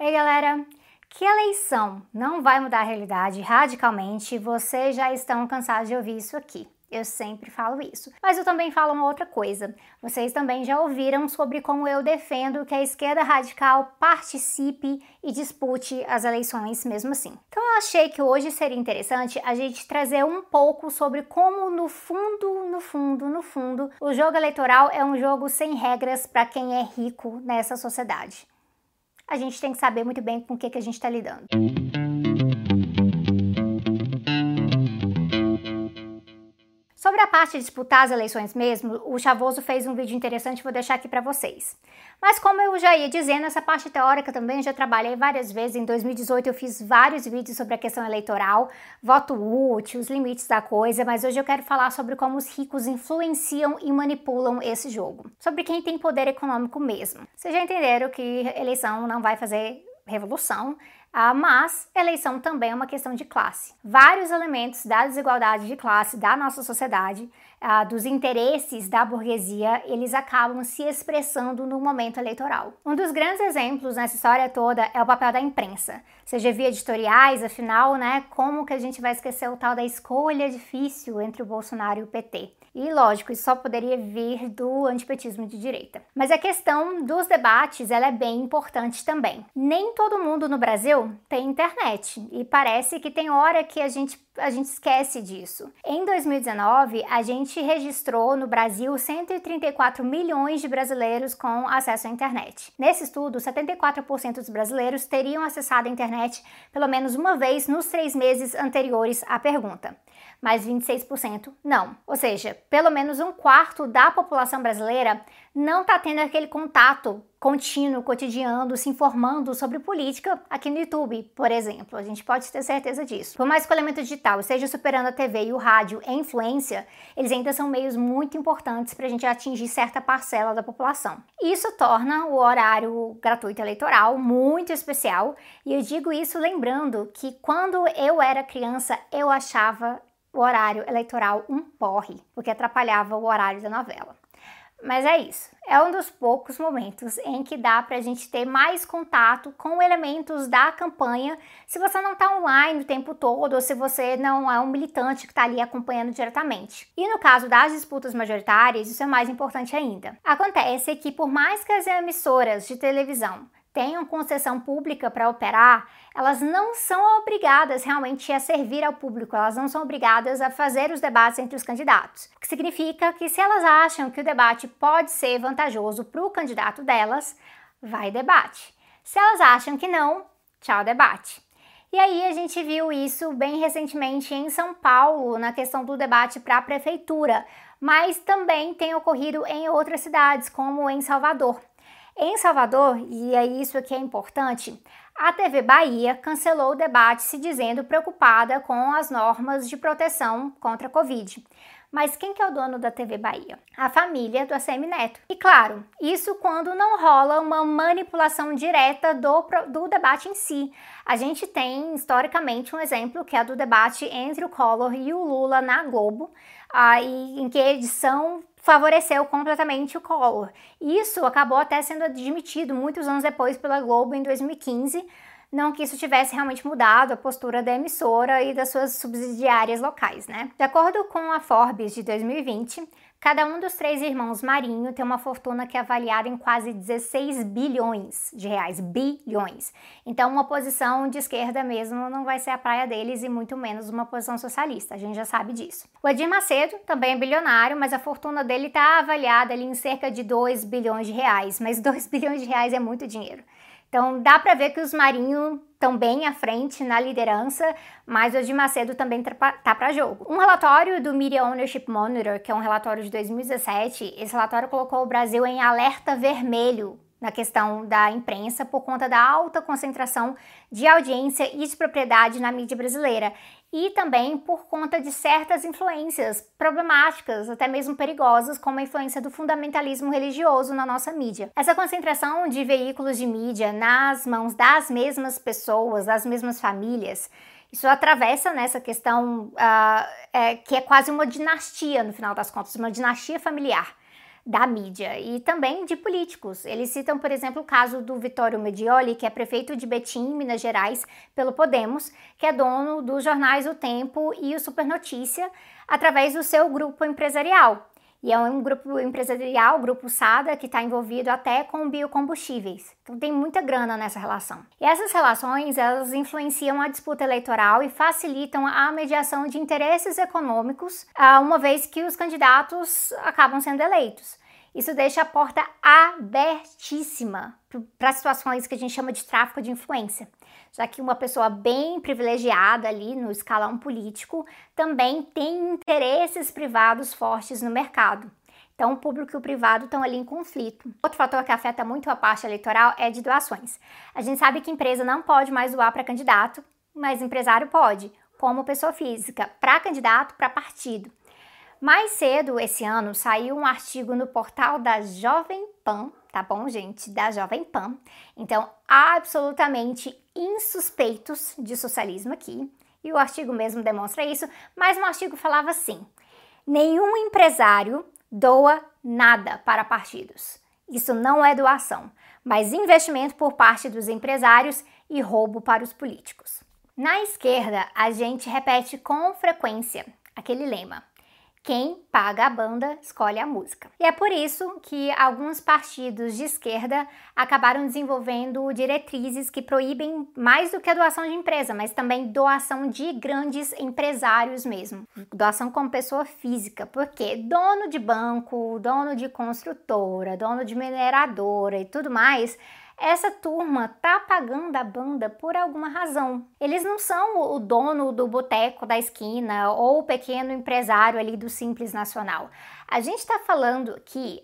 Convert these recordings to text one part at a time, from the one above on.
Ei galera, que eleição não vai mudar a realidade radicalmente, vocês já estão cansados de ouvir isso aqui. Eu sempre falo isso. Mas eu também falo uma outra coisa. Vocês também já ouviram sobre como eu defendo que a esquerda radical participe e dispute as eleições mesmo assim. Então eu achei que hoje seria interessante a gente trazer um pouco sobre como no fundo, o jogo eleitoral é um jogo sem regras para quem é rico nessa sociedade. A gente tem que saber muito bem com o que a gente está lidando. Sobre a parte de disputar as eleições mesmo, o Chavoso fez um vídeo interessante, vou deixar aqui para vocês. Mas como eu já ia dizendo, essa parte teórica também eu já trabalhei várias vezes. Em 2018 eu fiz vários vídeos sobre a questão eleitoral, voto útil, os limites da coisa, mas hoje eu quero falar sobre como os ricos influenciam e manipulam esse jogo. Sobre quem tem poder econômico mesmo. Vocês já entenderam que eleição não vai fazer revolução, mas eleição também é uma questão de classe. Vários elementos da desigualdade de classe da nossa sociedade, dos interesses da burguesia, eles acabam se expressando no momento eleitoral. Um dos grandes exemplos nessa história toda é o papel da imprensa. Seja via editoriais, afinal, como que a gente vai esquecer o tal da escolha difícil entre o Bolsonaro e o PT? E lógico, isso só poderia vir do antipetismo de direita. Mas a questão dos debates, ela é bem importante também. Nem todo mundo no Brasil tem internet e parece que tem hora que a gente esquece disso. Em 2019, a gente registrou no Brasil 134 milhões de brasileiros com acesso à internet. Nesse estudo, 74% dos brasileiros teriam acessado a internet pelo menos uma vez nos 3 meses anteriores à pergunta, mas 26% não. Ou seja, pelo menos um quarto da população brasileira não está tendo aquele contato contínuo, cotidiano, se informando sobre política aqui no YouTube, por exemplo. A gente pode ter certeza disso. Por mais que o elemento digital esteja superando a TV e o rádio em influência, eles ainda são meios muito importantes para a gente atingir certa parcela da população. Isso torna o horário gratuito eleitoral muito especial, e eu digo isso lembrando que quando eu era criança, eu achava o horário eleitoral um porre, porque atrapalhava o horário da novela. Mas é isso, é um dos poucos momentos em que dá pra gente ter mais contato com elementos da campanha se você não tá online o tempo todo ou se você não é um militante que tá ali acompanhando diretamente. E no caso das disputas majoritárias, isso é mais importante ainda. Acontece que por mais que as emissoras de televisão tenham concessão pública para operar, elas não são obrigadas realmente a servir ao público, elas não são obrigadas a fazer os debates entre os candidatos. O que significa que se elas acham que o debate pode ser vantajoso para o candidato delas, vai debate. Se elas acham que não, tchau debate. E aí a gente viu isso bem recentemente em São Paulo, na questão do debate para a prefeitura, mas também tem ocorrido em outras cidades, como em Salvador. Em Salvador, e é isso que é importante, a TV Bahia cancelou o debate se dizendo preocupada com as normas de proteção contra a Covid. Mas quem que é o dono da TV Bahia? A família do ACM Neto. E claro, isso quando não rola uma manipulação direta do debate em si. A gente tem, historicamente, um exemplo que é do debate entre o Collor e o Lula na Globo, em que a edição favoreceu completamente o Collor. Isso acabou até sendo admitido muitos anos depois pela Globo em 2015, não que isso tivesse realmente mudado a postura da emissora e das suas subsidiárias locais, De acordo com a Forbes de 2020, cada um dos 3 irmãos Marinho tem uma fortuna que é avaliada em quase 16 bilhões de reais, bilhões. Então uma posição de esquerda mesmo não vai ser a praia deles e muito menos uma posição socialista, a gente já sabe disso. O Edir Macedo também é bilionário, mas a fortuna dele está avaliada ali em cerca de 2 bilhões de reais, mas 2 bilhões de reais é muito dinheiro. Então dá para ver que os Marinho estão bem à frente na liderança, mas o Edir Macedo também tá para jogo. Um relatório do Media Ownership Monitor, que é um relatório de 2017, esse relatório colocou o Brasil em alerta vermelho na questão da imprensa por conta da alta concentração de audiência e de propriedade na mídia brasileira e também por conta de certas influências problemáticas, até mesmo perigosas, como a influência do fundamentalismo religioso na nossa mídia. Essa concentração de veículos de mídia nas mãos das mesmas pessoas, das mesmas famílias, isso atravessa nessa questão que é quase uma dinastia, no final das contas, uma dinastia familiar. da mídia e também de políticos. Eles citam, por exemplo, o caso do Vittorio Medioli, que é prefeito de Betim, Minas Gerais, pelo Podemos, que é dono dos jornais O Tempo e o Super Notícia, através do seu grupo empresarial. E é um grupo empresarial, o Grupo Sada, que está envolvido até com biocombustíveis. Então tem muita grana nessa relação. E essas relações, elas influenciam a disputa eleitoral e facilitam a mediação de interesses econômicos, uma vez que os candidatos acabam sendo eleitos. Isso deixa a porta abertíssima para situações que a gente chama de tráfico de influência, já que uma pessoa bem privilegiada ali no escalão político também tem interesses privados fortes no mercado. Então, o público e o privado estão ali em conflito. Outro fator que afeta muito a parte eleitoral é de doações. A gente sabe que empresa não pode mais doar para candidato, mas empresário pode, como pessoa física, para candidato, para partido. Mais cedo esse ano saiu um artigo no portal da Jovem Pan, tá bom, gente? Da Jovem Pan. Então, absolutamente insuspeitos de socialismo aqui. E o artigo mesmo demonstra isso, mas um artigo falava assim: nenhum empresário doa nada para partidos. Isso não é doação, mas investimento por parte dos empresários e roubo para os políticos. Na esquerda, a gente repete com frequência aquele lema: quem paga a banda escolhe a música. E é por isso que alguns partidos de esquerda acabaram desenvolvendo diretrizes que proíbem mais do que a doação de empresa, mas também doação de grandes empresários mesmo. Doação como pessoa física, porque dono de banco, dono de construtora, dono de mineradora e tudo mais, essa turma tá pagando a banda por alguma razão. Eles não são o dono do boteco da esquina ou o pequeno empresário ali do Simples Nacional. A gente tá falando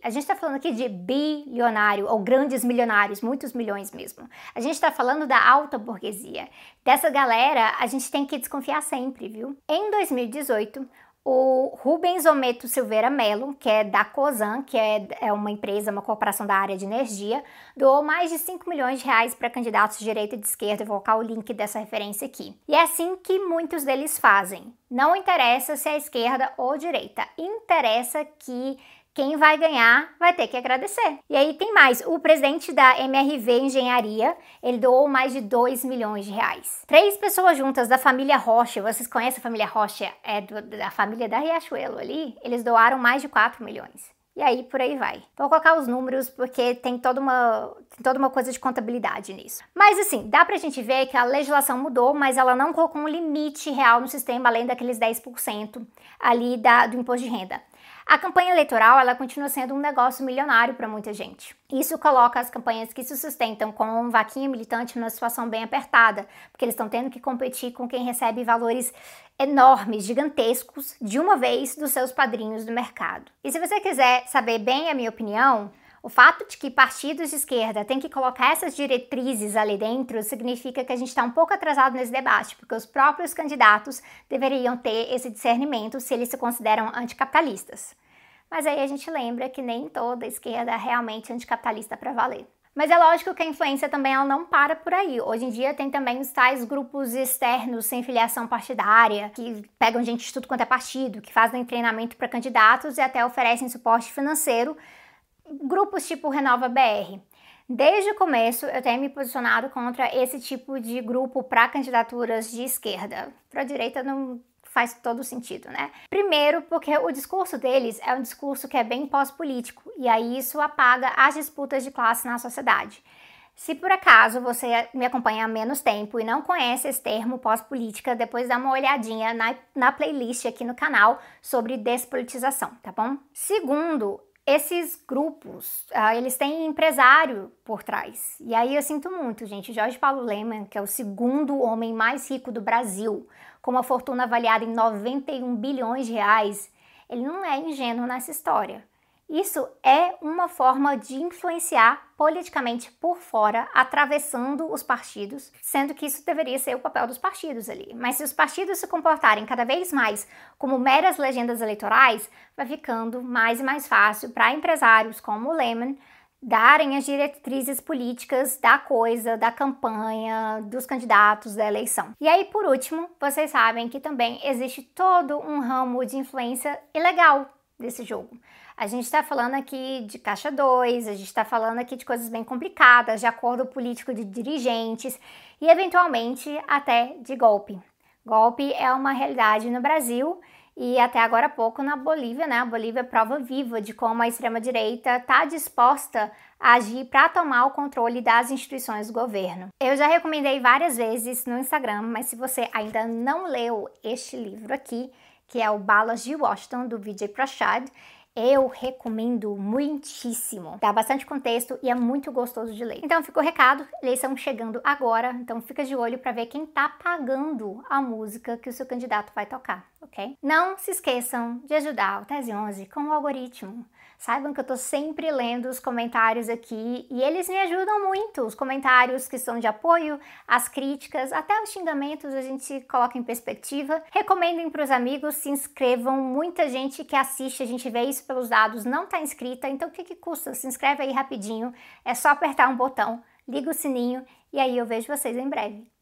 aqui de bilionário ou grandes milionários, muitos milhões mesmo. A gente tá falando da alta burguesia. Dessa galera, a gente tem que desconfiar sempre, viu? Em 2018, o Rubens Ometo Silveira Melo, que é da Cosan, que é uma empresa, uma corporação da área de energia, doou mais de 5 milhões de reais para candidatos de direita e de esquerda. Eu vou colocar o link dessa referência aqui. E é assim que muitos deles fazem. Não interessa se é esquerda ou direita, interessa que quem vai ganhar vai ter que agradecer. E aí tem mais, o presidente da MRV Engenharia, ele doou mais de 2 milhões de reais. 3 pessoas juntas da família Rocha, vocês conhecem a família Rocha? É da família da Riachuelo ali, eles doaram mais de 4 milhões. E aí, por aí vai. Vou colocar os números porque tem toda uma coisa de contabilidade nisso. Mas assim, dá pra gente ver que a legislação mudou, mas ela não colocou um limite real no sistema, além daqueles 10% ali do imposto de renda. A campanha eleitoral, ela continua sendo um negócio milionário para muita gente. Isso coloca as campanhas que se sustentam com vaquinha militante numa situação bem apertada, porque eles estão tendo que competir com quem recebe valores enormes, gigantescos, de uma vez dos seus padrinhos do mercado. E se você quiser saber bem a minha opinião, o fato de que partidos de esquerda têm que colocar essas diretrizes ali dentro significa que a gente está um pouco atrasado nesse debate, porque os próprios candidatos deveriam ter esse discernimento se eles se consideram anticapitalistas. Mas aí a gente lembra que nem toda esquerda é realmente anticapitalista para valer. Mas é lógico que a influência também ela não para por aí. Hoje em dia tem também os tais grupos externos sem filiação partidária, que pegam gente de tudo quanto é partido, que fazem treinamento para candidatos e até oferecem suporte financeiro. Grupos tipo Renova BR. Desde o começo eu tenho me posicionado contra esse tipo de grupo para candidaturas de esquerda. Para a direita não faz todo sentido, né? Primeiro porque o discurso deles é um discurso que é bem pós-político e aí isso apaga as disputas de classe na sociedade. Se por acaso você me acompanha há menos tempo e não conhece esse termo pós-política, depois dá uma olhadinha na playlist aqui no canal sobre despolitização, tá bom? Segundo, esses grupos, eles têm empresário por trás. E aí eu sinto muito, gente. Jorge Paulo Lemann, que é o segundo homem mais rico do Brasil, com uma fortuna avaliada em 91 bilhões de reais, ele não é ingênuo nessa história. Isso é uma forma de influenciar politicamente por fora, atravessando os partidos, sendo que isso deveria ser o papel dos partidos ali. Mas se os partidos se comportarem cada vez mais como meras legendas eleitorais, vai ficando mais e mais fácil para empresários como o Lemann darem as diretrizes políticas da coisa, da campanha, dos candidatos, da eleição. E aí, por último, vocês sabem que também existe todo um ramo de influência ilegal desse jogo. A gente está falando aqui de Caixa 2, a gente está falando aqui de coisas bem complicadas, de acordo político de dirigentes e, eventualmente, até de golpe. Golpe é uma realidade no Brasil e até agora há pouco na Bolívia, né? A Bolívia é prova viva de como a extrema-direita está disposta a agir para tomar o controle das instituições do governo. Eu já recomendei várias vezes no Instagram, mas se você ainda não leu este livro aqui, que é o Balas de Washington, do Vijay Prashad, eu recomendo muitíssimo. Dá bastante contexto e é muito gostoso de ler. Então fica o recado, eleição chegando agora, então fica de olho para ver quem tá pagando a música que o seu candidato vai tocar, ok? Não se esqueçam de ajudar o Tese 11 com o algoritmo. Saibam que eu tô sempre lendo os comentários aqui e eles me ajudam muito. Os comentários que são de apoio, as críticas, até os xingamentos a gente coloca em perspectiva. Recomendem para os amigos, se inscrevam. Muita gente que assiste, a gente vê isso pelos dados, não tá inscrita, então o que custa? Se inscreve aí rapidinho, é só apertar um botão, liga o sininho e aí eu vejo vocês em breve.